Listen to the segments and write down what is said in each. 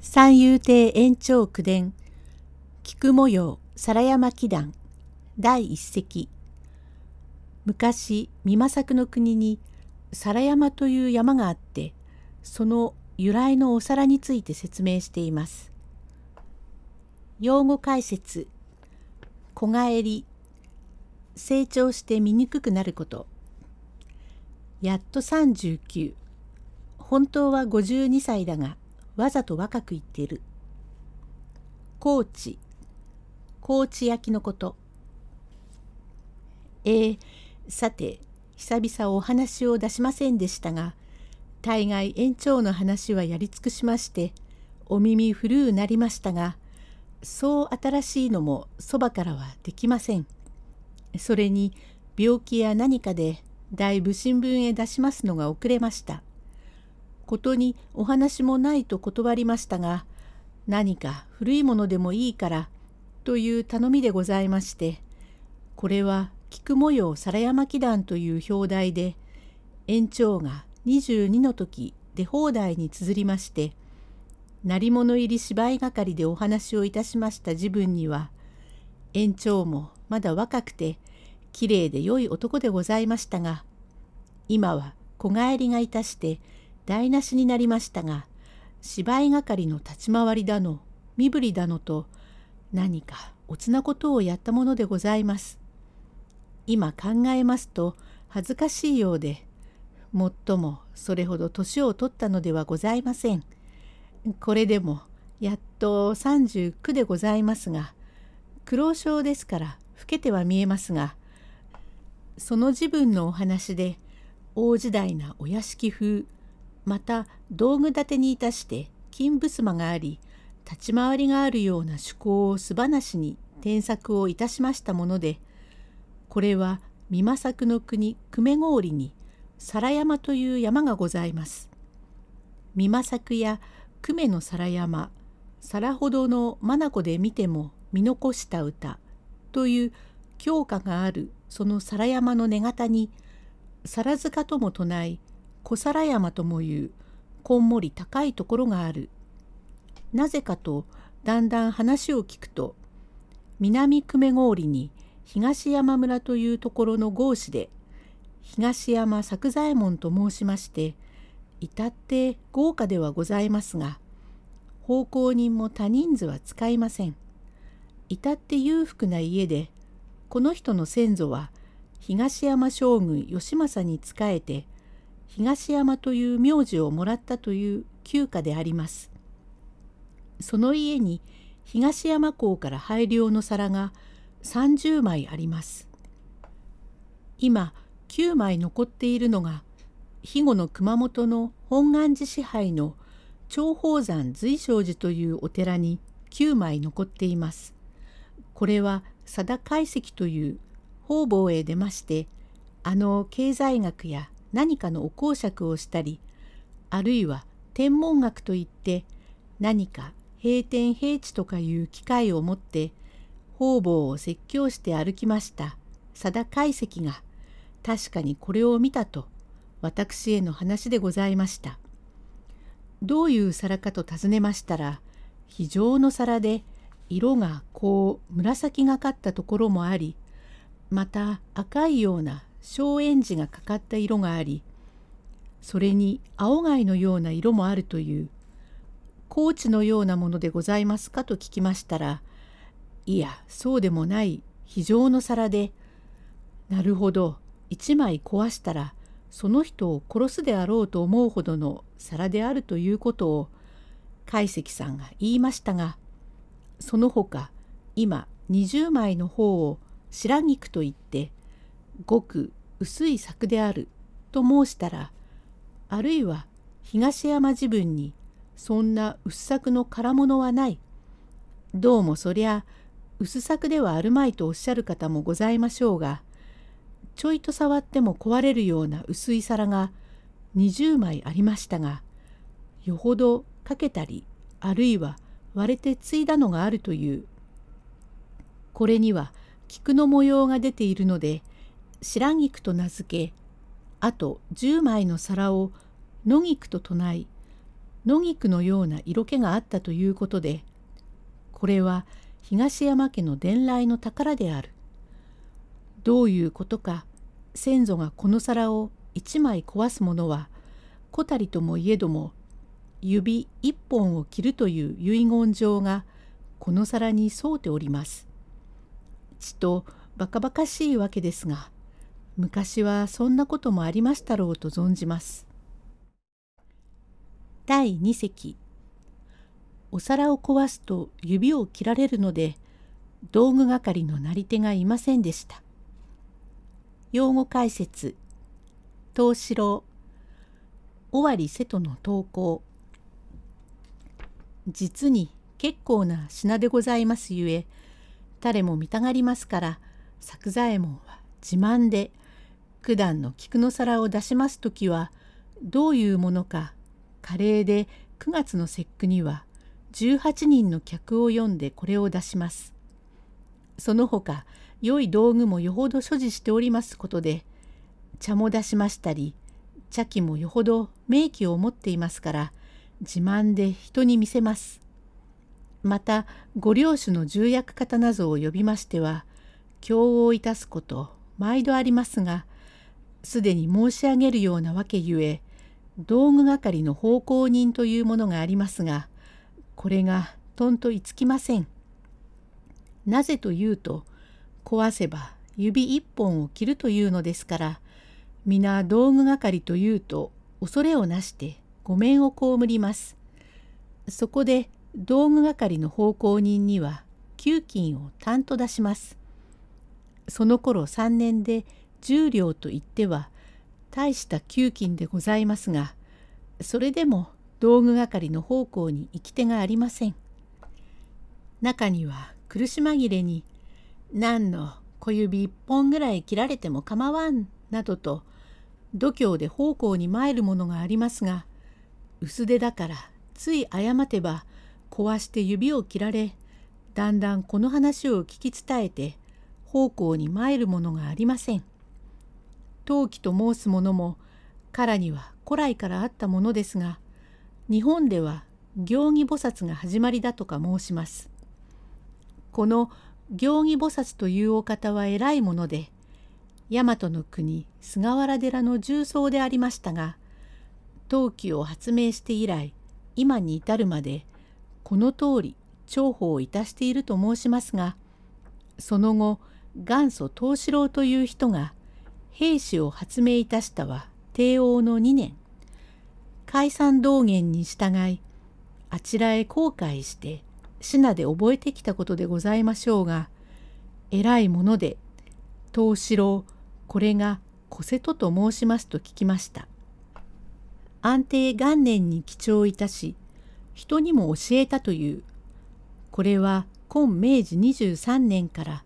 三遊亭延長九伝菊模様皿山祈願第一席。昔美作の国に皿山という山があって、その由来のお皿について説明しています。用語解説。子返り、成長して醜くなること。やっと39、本当は52歳だがわざと若く言っている。高知、高知焼きのこと。さて久々お話を出しませんでしたが、大概延長の話はやり尽くしましてお耳古うなりましたが、そう新しいのもそばからはできません。それに病気や何かでだいぶ新聞へ出しますのが遅れました。ことにお話もないと断りましたが、何か古いものでもいいからという頼みでございまして、これは菊模様皿山祈願という表題で、延長が22の時出放題に綴りまして、鳴り物入り芝居係でお話をいたしました時分には、延長もまだ若くてきれいで良い男でございましたが、今は子返りがいたして台無しになりましたが、芝居係の立ち回りだの身振りだのと何かおつなことをやったものでございます。今考えますと恥ずかしいようで、もっともそれほど年を取ったのではございません。これでもやっと39でございますが、苦労症ですから老けては見えますが、その自分のお話で大時代なお屋敷風、また道具立てにいたして金襖があり立ち回りがあるような趣向を素話に添削をいたしましたもので、これは美作の国久米郡に皿山という山がございます。美作や久米の皿山、皿ほどの眼で見ても見残した歌という教科があるその皿山の根型に、皿塚とも唱い小皿山ともいうこんもり高いところがある。なぜかとだんだん話を聞くと、南久米郡に東山村というところの郷士で、東山作左衛門と申しまして、至って豪華ではございますが、奉公人も多人数は使いません。至って裕福な家で、この人の先祖は東山将軍義政に仕えて、東山という名字をもらったという旧家であります。その家に東山港から拝領の皿が30枚あります。今9枚残っているのが、肥後の熊本の本願寺支配の長宝山瑞勝寺というお寺に9枚残っています。これは佐田懐石という方々へ出まして、経済学や何かのお講釈をしたり、あるいは天文学といって何か平天平地とかいう機会を持って方々を説教して歩きました佐田懐石が、確かにこれを見たと私への話でございました。どういう皿かと尋ねましたら、非常の皿で色がこう紫がかったところもあり、また赤いような松煙寺がかかった色があり、それに青貝のような色もあるという、高知のようなものでございますかと聞きましたら、いやそうでもない非常の皿で、なるほど、一枚壊したらその人を殺すであろうと思うほどの皿であるということを懐石さんが言いましたが、その他今20枚の方を白菊と言ってごく薄い作であると申したら、あるいは東山自分にそんな薄作の空物はない、どうもそりゃ薄作ではあるまいとおっしゃる方もございましょうが、ちょいと触っても壊れるような薄い皿が20枚ありましたが、よほどかけたりあるいは割れてついだのがあるという。これには菊の模様が出ているので白菊と名付け、あと10枚の皿を野菊と唱い、 野菊のような色気があったということで、これは東山家の伝来の宝である。どういうことか、先祖がこの皿を一枚壊すものは、こたりともいえども、指一本を切るという遺言状がこの皿に沿うております。ちとバカバカしいわけですが、昔はそんなこともありましたろうと存じます。第2席。お皿を壊すと指を切られるので、道具係のなり手がいませんでした。用語解説。藤四郎。尾張瀬戸の投稿。実に結構な品でございますゆえ、誰も見たがりますから、作左衛門は自慢で、九段の菊の皿を出しますときは、どういうものか、華麗で9月の節句には、18人の客を呼んでこれを出します。その他、良い道具もよほど所持しておりますことで、茶も出しましたり、茶器もよほど名器を持っていますから、自慢で人に見せます。また、ご領主の重役方などを呼びましては、供応いたすこと、毎度ありますが、すでに申し上げるようなわけゆえ、道具係の奉公人というものがありますが、これがとんといつきません。なぜというと、壊せば指一本を切るというのですから、皆道具係というと恐れをなしてごめんを被ります。そこで道具係の奉公人には給金をたんと出します。その頃3年で10両といっては大した給金でございますが、それでも道具係の奉公に行き手がありません。中には苦し紛れに、何の小指一本ぐらい切られても構わんなどと度胸で奉公に参るものがありますが、薄手だからつい誤てば壊して指を切られ、だんだんこの話を聞き伝えて奉公に参るものがありません。陶器と申すものも唐には古来からあったものですが、日本では行儀菩薩が始まりだとか申します。この行儀菩薩というお方は偉いもので、大和の国菅原寺の重僧でありましたが、陶器を発明して以来今に至るまでこの通り重宝いたしていると申しますが、その後元祖藤四郎という人が兵士を発明いたしたは帝王の2年、開山道元に従いあちらへ航海して品で覚えてきたことでございましょうが、偉いもので藤四郎、これが小瀬戸と申しますと聞きました。安定元年に記帳いたし、人にも教えたという。これは今明治23年から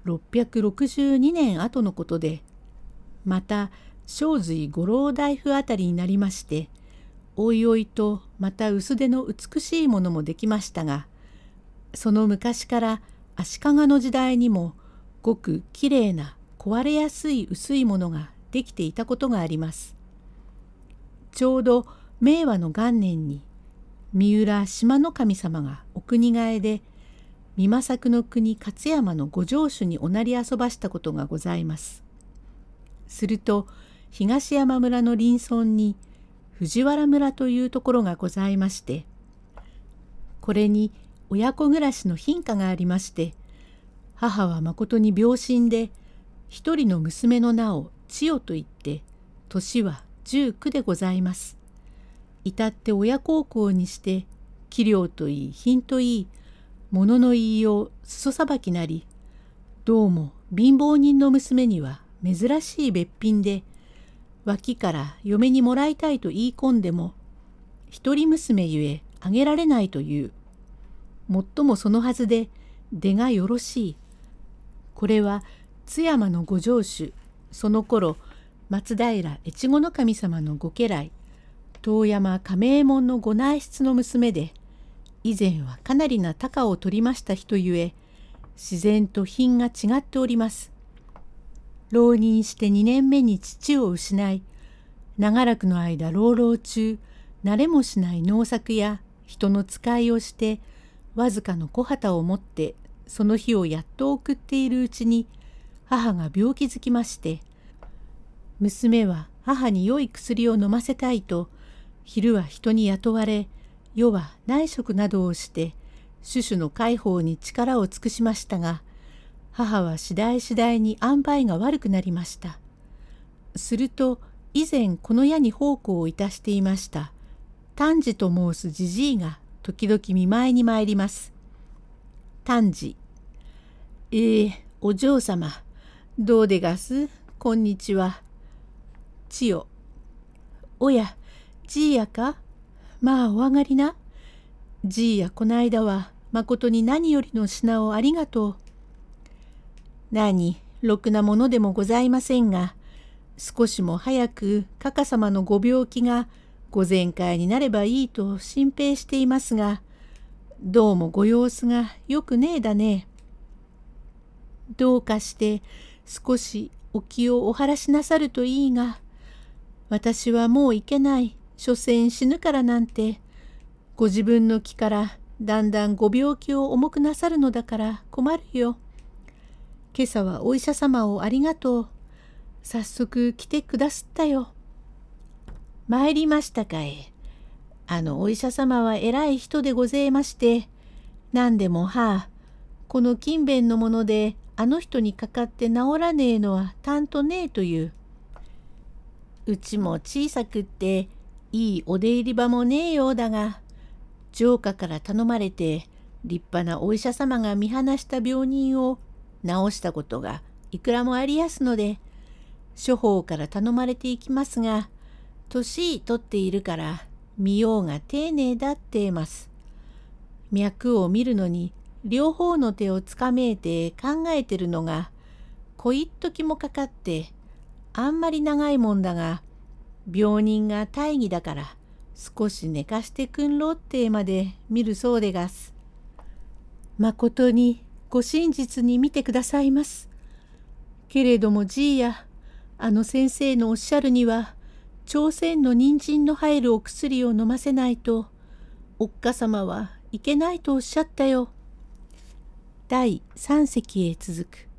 662年後のことで、また正髄五郎大夫あたりになりまして、おいおいとまた薄手の美しいものもできましたが、その昔から足利の時代にもごくきれいな壊れやすい薄いものができていたことがあります。ちょうど明和の元年に三浦島の神様がお国替えで美作の国勝山のご城主におなり遊ばしたことがございます。すると東山村の隣村に藤原村というところがございまして、これに親子暮らしの貧家がありまして、母はまことに病身で、一人の娘の名を千代と言って、年は19でございます。至って親孝行にして、器量といい品といい、物の言いよう裾さばきなり、どうも貧乏人の娘には珍しいべっぴんで、脇から嫁にもらいたいと言い込んでも、一人娘ゆえあげられないという。もっともそのはずで出がよろしい。これは津山のご城主、その頃松平越後の神様のご家来、遠山亀右衛門のご内室の娘で、以前はかなりな高を取りました人ゆえ、自然と品が違っております。浪人して2年目に父を失い、長らくの間浪々中、 慣れもしない農作や人の使いをしてわずかの小旗を持ってその日をやっと送っているうちに母が病気づきまして、娘は母に良い薬を飲ませたいと昼は人に雇われ、夜は内職などをして種々の介抱に力を尽くしましたが、母は次第次第に塩梅が悪くなりました。すると以前この家に奉公をいたしていました丹治と申すじじいが時々見舞いに参ります。丹治、お嬢様、どうでがす、こんにちは。千代、おや、じいやか。まあお上がりな。じいやこないだはまことに何よりの品をありがとう。何、ろくなものでもございませんが、少しも早くかかさまのご病気がご全快になればいいと心配していますが、どうもご様子がよくねえだね。どうかして少しお気をお晴らしなさるといいが、私はもういけない、所詮死ぬからなんて、ご自分の気からだんだんご病気を重くなさるのだから困るよ。今朝はお医者様をありがとう。早速来てくだすったよ。参りましたかい。お医者様は偉い人でごぜえまして、何でもこの勤勉のものであの人にかかって治らねえのはたんとねえという。うちも小さくっていいお出入り場もねえようだが、城下から頼まれて立派なお医者様が見放した病人を治したことがいくらもありやすので、諸方から頼まれていきますが、年取っているから見ようが丁寧だって言えます。脈を見るのに両方の手をつかめえて考えてるのが小一時もかかってあんまり長いもんだが、病人が大儀だから少し寝かしてくんろってまで見るそうでがす。まことにご真実に見てくださいます。けれどもじいや、先生のおっしゃるには朝鮮の人参の入るお薬を飲ませないとおっかさまはいけないとおっしゃったよ。第3席へ続く。